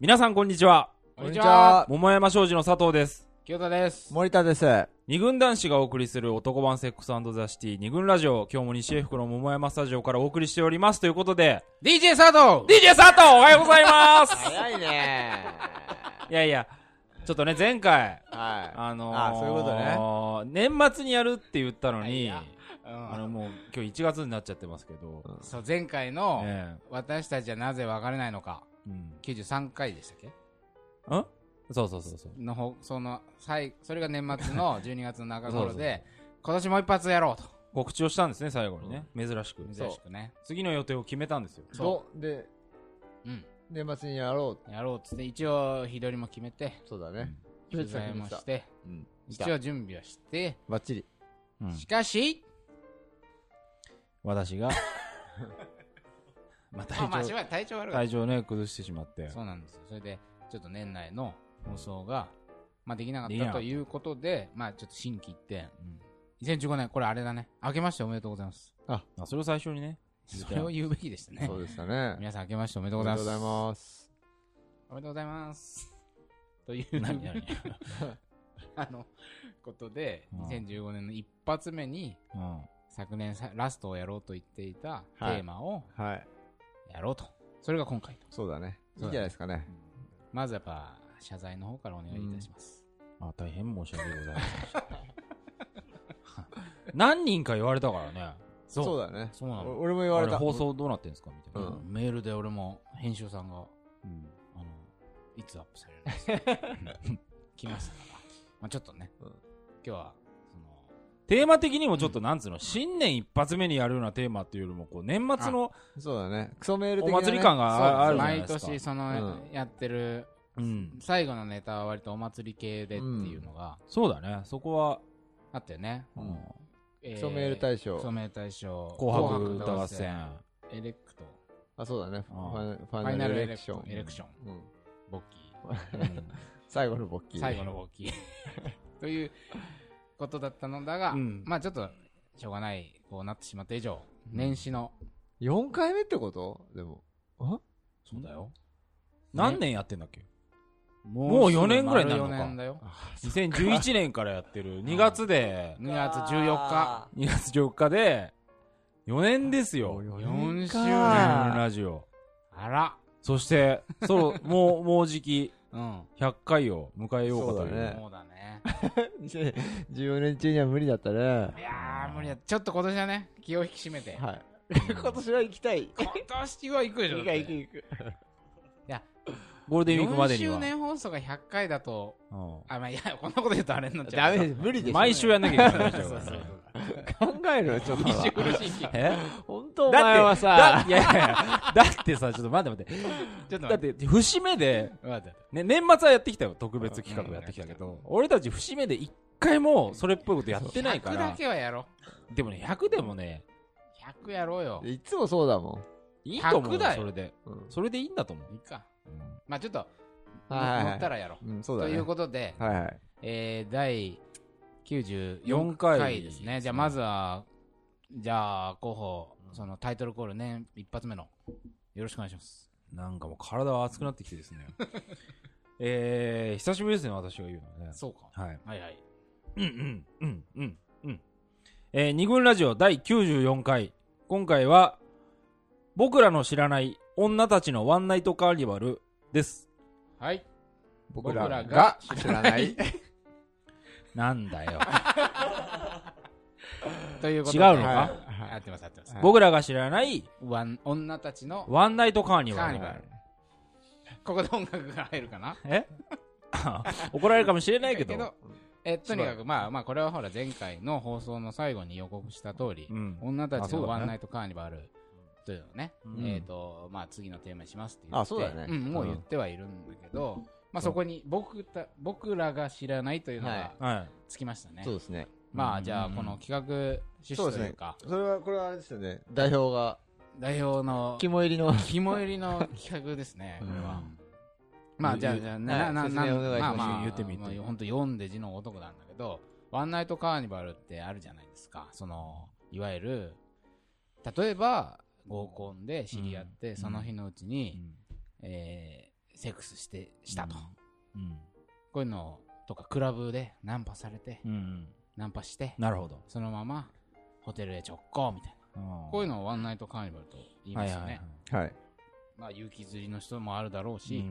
皆さんこんにちは。 こんにちは。 桃山商事の佐藤です。 清田です。 森田です。 二軍男子がお送りする男版セックス&ザシティ二軍ラジオ、今日も西江福の桃山スタジオからお送りしておりますということで、 DJ 佐藤 DJ 佐藤おはようございます早いねいやいや、ちょっとね、前回はいそういうことね。 年末にやるって言ったのに、 いやもう今日1月になっちゃってますけど、 そう前回の、 え私たちはなぜ別れないのか、93回でしたっけそうのほそれが年末の12月の中頃で今年もう一発やろうと告知をしたんですね、最後にね、珍しくね。 次の予定を決めたんですよ。 で、 うん、 年末にやろやろうっつって一応日取りも決めて、 そうだね。 取材もして、一応準備はしてバッチリ。 しかし私が体調悪かった。 体調ね崩してしまって、 そうなんですよ。それでちょっと年内の放送が、できなかったということで、ちょっと心機一転、2015年これあれだね、明けましておめでとうございます。 それを最初にね、 それを言うべきでしたね。 そうでしたね。 皆さん明けましておめでとうございます。 おめでとうございます。 おめでとうございますという何ことで、2015年の一発目に、昨年ラストをやろうと言っていたテーマをやろうと、それが今回と。 そうだね。いいんじゃないですかね。 まずやっぱ謝罪の方からお願いいたします。 大変申し訳ございませんでした何人か言われたからね。 そうだね。 そうなの。 俺も言われた。 放送どうなってんですかみたいな、 メールで俺も編集さんが、いつアップされるんですか来ますから、ちょっとね、今日はテーマ的にもちょっとなんつうの、新年一発目にやるようなテーマっていうよりも、こう年末のそうだね、クソメールお的な、ね、 祭り感があるじゃない毎ですか。 年やってる、最後のネタは割とお祭り系でっていうのが、 そうだね、そこはあったよね。 クソメール大賞、 紅白歌合戦、 エレクト、 そうだね、ファイナルエレクション、ボッキー、 最後のボッキーということだったのだが、ちょっとしょうがない、こうなってしまった以上、年始の 4回目ってこと？でもそうだよ。何年やってんだっけ？ もう4年ぐらいになるのか。 4年だよ。 2011年からやってる。2月で 2月14日 2月14日で4年ですよ。 4周年ラジオ。 あら。 そしてもうじき100回を迎えようかという。 そうだね。 2014年中には無理だったね。 いやー無理だ。ちょっと今年はね、気を引き締めて。 今年は行きたい。 今年は行くでしょ。 行く。いや、 ゴールデンウィークまでには 4周年放送が100回だと、いや、こんなこと言うとあれになっちゃう。 ダメです、無理です。 毎週やんなきゃいけない。 考えるよ、ちょっと。 本当お前はさ、いやだってさ、ちょっと待って。だって節目で、年末はやってきたよ、特別企画やってきたけど、俺たち節目で1回もそれっぽいことやってないから。 100だけはやろう。でもね、100でもね、 100やろうよ。 いつもそうだもん。いいと思うよ、それで。それでいいんだと思う。 いいか。ちょっと、乗ったらやろう。ということで、第94回ですね。じゃあまずは、候補、そのタイトルコールね、一発目の、よろしくお願いします。 なんかもう体は熱くなってきてですね。久しぶりですね、私が言うのね。 そうか。はい。 二軍ラジオ第94回。今回は、僕らの知らない女たちのワンナイトカーニバルです。 はい。 僕らが知らない。 なんだよ。 ということで。違うのか？ やってます。 僕らが知らない女たちのワンナイトカーニバル。 ここで音楽が入るかな？ 怒られるかもしれないけど。 とにかくこれはほら前回の放送の最後に予告した通り、女たちのワンナイトカーニバルというのをね、次のテーマにしますって言って、 そうだね。 もう言ってはいるんだけど、そこに僕らが知らないというのがつきましたね。 そうですね。 じゃあこの企画趣旨というか、 これはあれですよね。代表の肝入りの企画ですね。これは。じゃあ言ってみて。本当読んで字のごとくなんだけど、ワンナイトカーニバルってあるじゃないですか。いわゆる例えば合コンで知り合って、その日のうちにセックスしたと、こういうのとかクラブでナンパされて、ナンパして、 なるほど、 そのままホテルへ直行みたいな、こういうのをワンナイトカーニバルと言いますよね。 はい。 まあ勇気釣りの人もあるだろうし、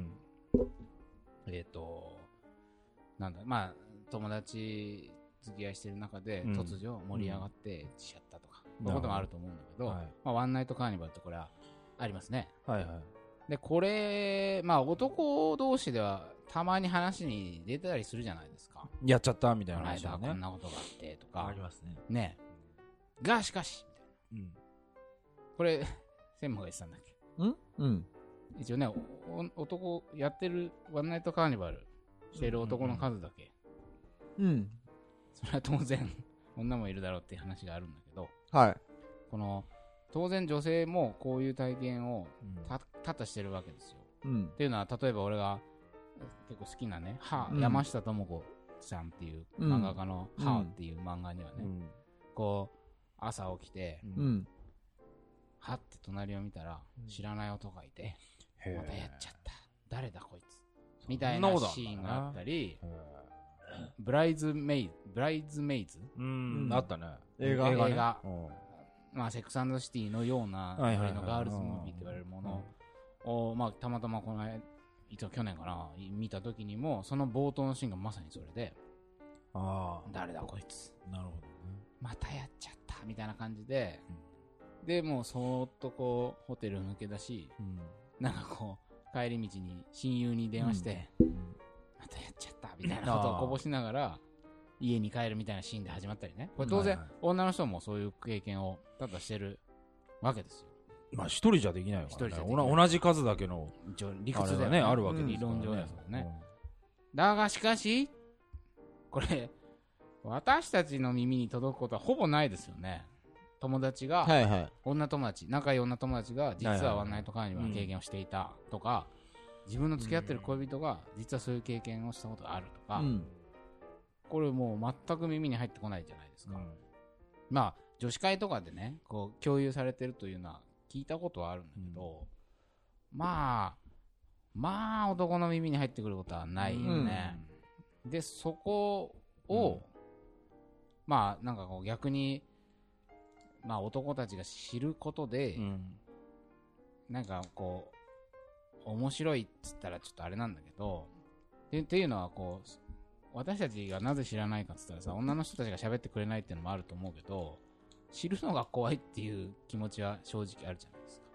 なんだ、まあ友達付き合いしてる中で突如盛り上がってしちゃったとか、そういうこともあると思うんだけど、まあワンナイトカーニバルってこれはありますね。でこれまあ男同士ではたまに話に出たりするじゃないですか。 やっちゃったみたいな話だね。こんなことがあってとかありますね。 ね。がしかしみたいな。これ専務が言ってたんだっけ？一応ね、男やってるワンナイトカーニバルしてる男の数だけ。それは当然女もいるだろうっていう話があるんだけど。この当然女性もこういう体験を多々してるわけですよ。っていうのは例えば俺が結構好きなね、山下智子さんっていう漫画家のハーっていう漫画にはね、こう朝起きて、はって隣を見たら知らない男がいて、またやっちゃった、誰だこいつみたいなシーンがあったり、ブライズメイズあったね、 映画まあセックス&シティのようなガールズムービーって言われるものを、まあたまたまこの去年かな見た時にもその冒頭のシーンがまさにそれで、誰だこいつ、 なるほどね、 またやっちゃったみたいな感じで、でもうそーっとこうホテルを抜け出し、なんかこう帰り道に親友に電話して、またやっちゃったみたいなことをこぼしながら家に帰るみたいなシーンで始まったりね。これ当然女の人もそういう経験を多々してるわけですよ。 まあ一人じゃできないからね。同じ数だけの一応理屈でねあるわけですからね。理論上ですよね。だがしかしこれ私たちの耳に届くことはほぼないですよね。友達が、女友達、仲いい女友達が実はワンナイトカーニバルの経験をしていたとか、自分の付き合ってる恋人が実はそういう経験をしたことがあるとか、これもう全く耳に入ってこないじゃないですか。まあ女子会とかでねこう共有されてるというのは聞いたことはあるんだけど、まあ男の耳に入ってくることはないよね。でそこを、まあなんかこう逆にまあ男たちが知ることで、なんかこう面白いっつったらちょっとあれなんだけど、っていうのはこう私たちがなぜ知らないかっつったらさ、女の人たちが喋ってくれないっていうのもあると思うけど、知るのが怖いっていう気持ちは正直あるじゃないですか。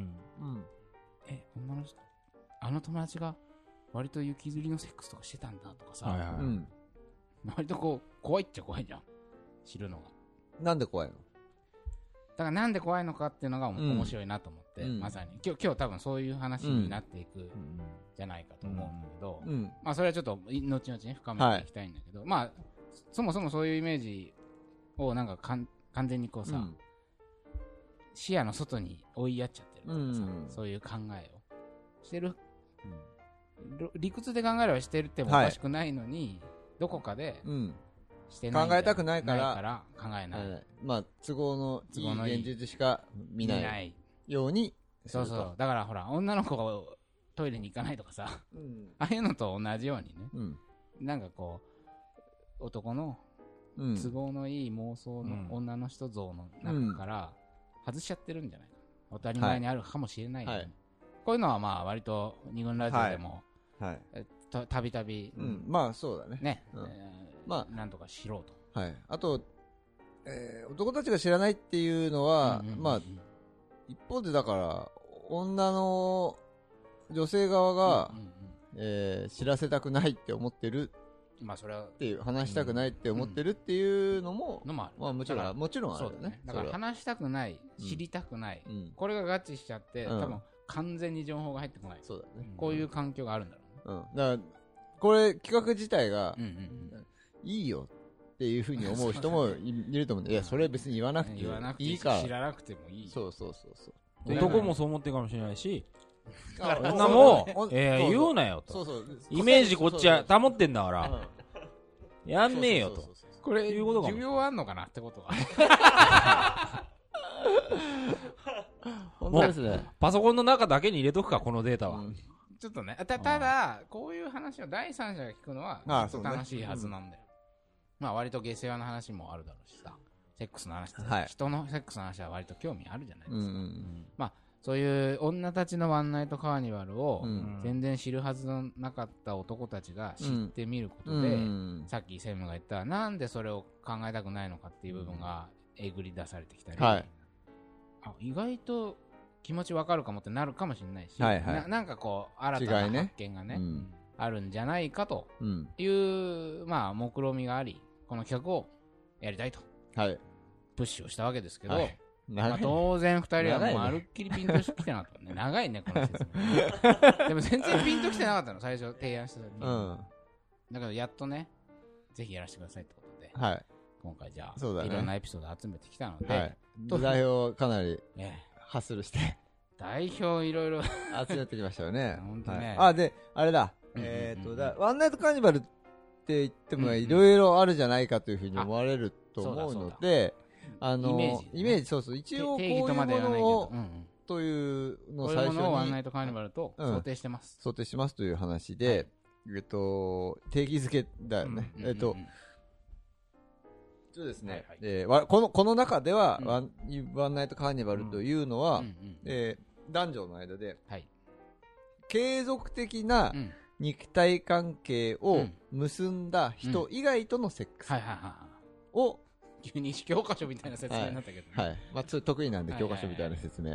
女の人、あの友達が割と雪吊りのセックスとかしてたんだとかさ、割とこう怖いっちゃ怖いじゃん、知るのが。 なんで怖いの？ だからなんで怖いのかっていうのが面白いなと思って、まさに今日多分そういう話になっていくじゃないかと思うんだけど、まあそれはちょっと後々ね深めていきたいんだけど、まあそもそもそういうイメージをなんか完全にこうさ、視野の外に追いやっちゃってるからさ、そういう考えをしてる、理屈で考えればしてるってもおかしくないのに、どこかでしてない、 考えたくないから考えない、 まあ都合のいい現実しか見ないようにすると。 そうだからほら女の子がトイレに行かないとかさ、ああいうのと同じようにね、なんかこう男の都合のいい妄想の女の人像の中から外しちゃってるんじゃないか、当たり前にあるかもしれない、こういうのはまあ割と二軍ラジオでもたびたびまあそうだね、 まあなんとかしろと。 あと、男たちが知らないっていうのは、まあ一方でだから女の女性側が知らせたくないって思ってる、 まあそれはっていう話したくないって思ってるっていうのも、まあもちろんあるよね。 だから話したくない、知りたくない、これが合致しちゃって、多分完全に情報が入ってこない。 そうだね。 こういう環境があるんだろうね。 だからこれ企画自体がいいよっていうふうに思う人もいると思うんで、いやそれ別に言わなくていいから、 知らなくてもいい。 そう男もそう思ってるかもしれないし、女も言うなよと、イメージこっちは保ってんだからやんねえよと、 これいうことか。需要あんのかなってことは本当ですね。 パソコンの中だけに入れとくかこのデータは。 ちょっとね、ただ、こういう話を第三者が聞くのは、楽しいはずなんだよ。まあ、割と下世話の話もあるだろうしさ、セックスの話、人のセックスの話は割と興味あるじゃないですか。まあ、そういう女たちのワンナイトカーニバルを全然知るはずのなかった男たちが知ってみることで、さっき専務が言ったなんでそれを考えたくないのかっていう部分がえぐり出されてきたり、意外と気持ちわかるかもってなるかもしれないし、なんかこう新たな発見がねあるんじゃないかという、まあ目論みがあり、この企画をやりたいとプッシュをしたわけですけど、まあ、当然2人はもうまるっきりピンとしてきてなかったね。長いね、この説明。でも全然ピンときてなかったの、最初提案した時に。だからやっとね、ぜひやらせてくださいってことで、今回じゃあ、いろんなエピソード集めてきたので、 代表かなりハッスルして。 代表いろいろ集めてきましたよね。 本当ね。 で、あれだ。ワンナイトカーニバルって言ってもいろいろあるじゃないかというふうに思われると思うので、イメージ、そうそう、一応こういうものをというのを最初にワンナイトカーニバルと想定してます。 想定しますという話で、定義づけだよね。そうですね。この中ではワンナイトカーニバルというのは男女の間で継続的な肉体関係を結んだ人以外とのセックスを急に教科書みたいな説明になったけど、 はい、まあ得意なんで教科書みたいな説明、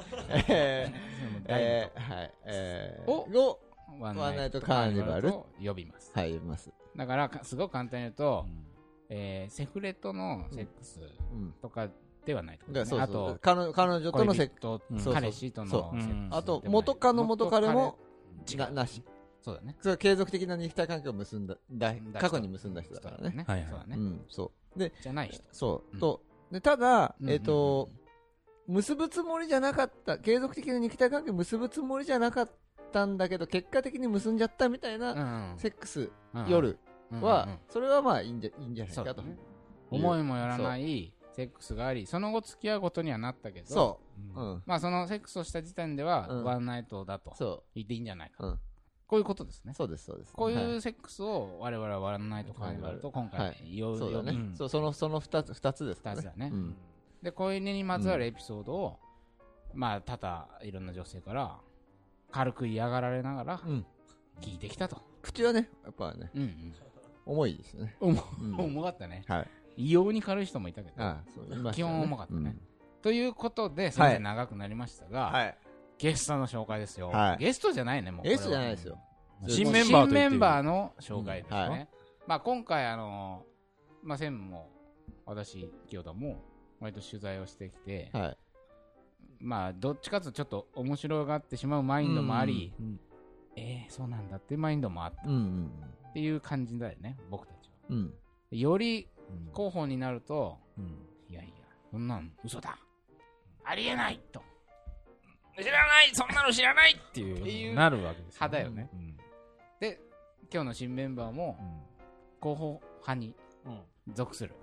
をワンナイトカーニバルと呼びます。 はい、呼びます。 だからすごく簡単に言うと、セフレとのセックスとかではないと、あと彼女とのセックス、彼氏とのセックス、 あと元カノ元彼もなし。 そうだね。 それは継続的な肉体関係を結んだ過去に結んだ人だからね。 はい、そうだね。 そうでじゃない人。 そうとでただ結ぶつもりじゃなかった、継続的な肉体関係を結ぶつもりじゃなかったんだけど結果的に結んじゃったみたいなセックス夜はそれはまあいいんじゃないかと。 思いもよらないセックスがあり、その後付き合うことにはなったけど、まあそのセックスをした時点ではワンナイトだと言っていいんじゃないか。こういうことですね。 そうです、そうです。 こういうセックスを我々はワンナイトカーニバルと今回そうだね。その2つですね。 2つだね。で、これにまつわるエピソードを、まあ多々いろんな女性から軽く嫌がられながら聞いてきたと。 口はね、やっぱね、重いですよね。 重かったね。異様に軽い人もいたけど、基本重かったね。ということで、先生長くなりましたが、ゲストの紹介ですよ。ゲストじゃないね、もう。 ゲストじゃないですよ。 新メンバーの紹介ですね。まあ今回まあ専務も私清田も割と取材をしてきて、まあどっちかというとちょっと面白がってしまうマインドもあり、そうなんだっていうマインドもあったっていう感じだよね、僕たちは。より広報になると、いやいやそんなん嘘だ、ありえないと。知らない、そんなの知らないっていうなるわけです派だよね。で、今日の新メンバーも広報派に属する。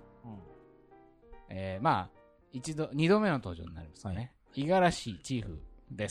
まあ2度目の登場になりますね。五十嵐チーフです。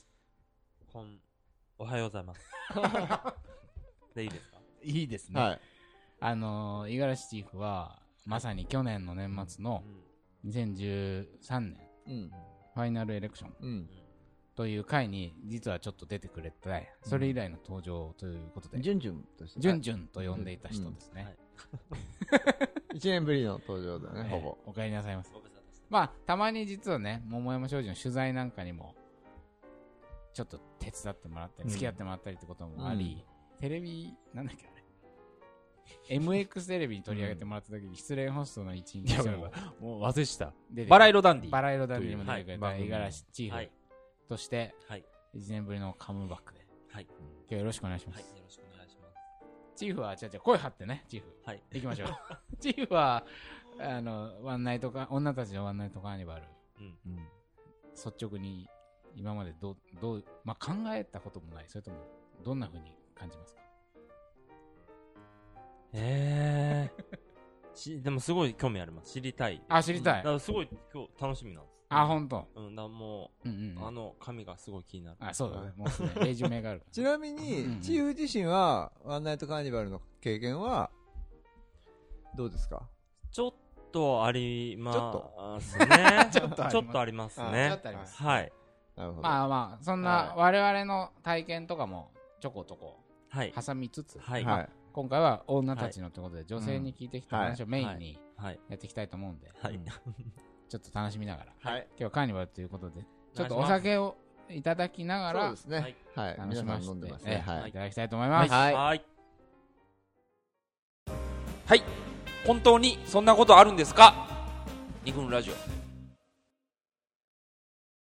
おはようございます。でいいですか？ いいですね。五十嵐チーフはまさに去年の年末の2013年ファイナルエレクションという回に実はちょっと出てくれて、それ以来の登場ということで、 ジュンジュンとしてジュンジュンと呼んでいた人ですね。 1年ぶりの登場だね、ほぼ。 お帰りなさいませ。まあたまに実はね、桃山商事の取材なんかにもちょっと手伝ってもらったり付き合ってもらったりってこともあり、テレビなんだっけあれMX テレビに取り上げてもらった時に失恋ホストの一員にもう忘れしたバラ色ダンディバラ色ダンディにも出てくれた五十嵐チーフとして1年ぶりのカムバックで、今日よろしくお願いします。 よろしくお願いします。 チーフは声張ってね、チーフ行きましょう。チーフはワンナイトか女たちのワンナイトカーニバル、率直に今までどう、まあ、考えたこともない、それともどんな風に感じますか？ でもすごい興味あります。知りたい。 知りたい。 だからすごい今日楽しみなんです。 あ、ほんと。 もう、あの紙がすごい気になる。 あ、そうだね。もうすね、レジュメがある。 ちなみに、チーフ自身は、ワンナイトカーニバルの経験は、どうですか？ ちょっとありますね。ちょっとありますね。 ちょっとあります。 はい。 なるほど。 まあまあ、そんな我々の体験とかもちょこちょこ挟みつつ、今回は女たちのということで、女性に聞いてきた話をメインにやっていきたいと思うんで、ちょっと楽しみながら、今日はカーニバルということで、ちょっとお酒をいただきながら、 そうですね。はい。 楽しませていただきたいと思います。 はい。本当にそんなことあるんですか？2分ラジオ。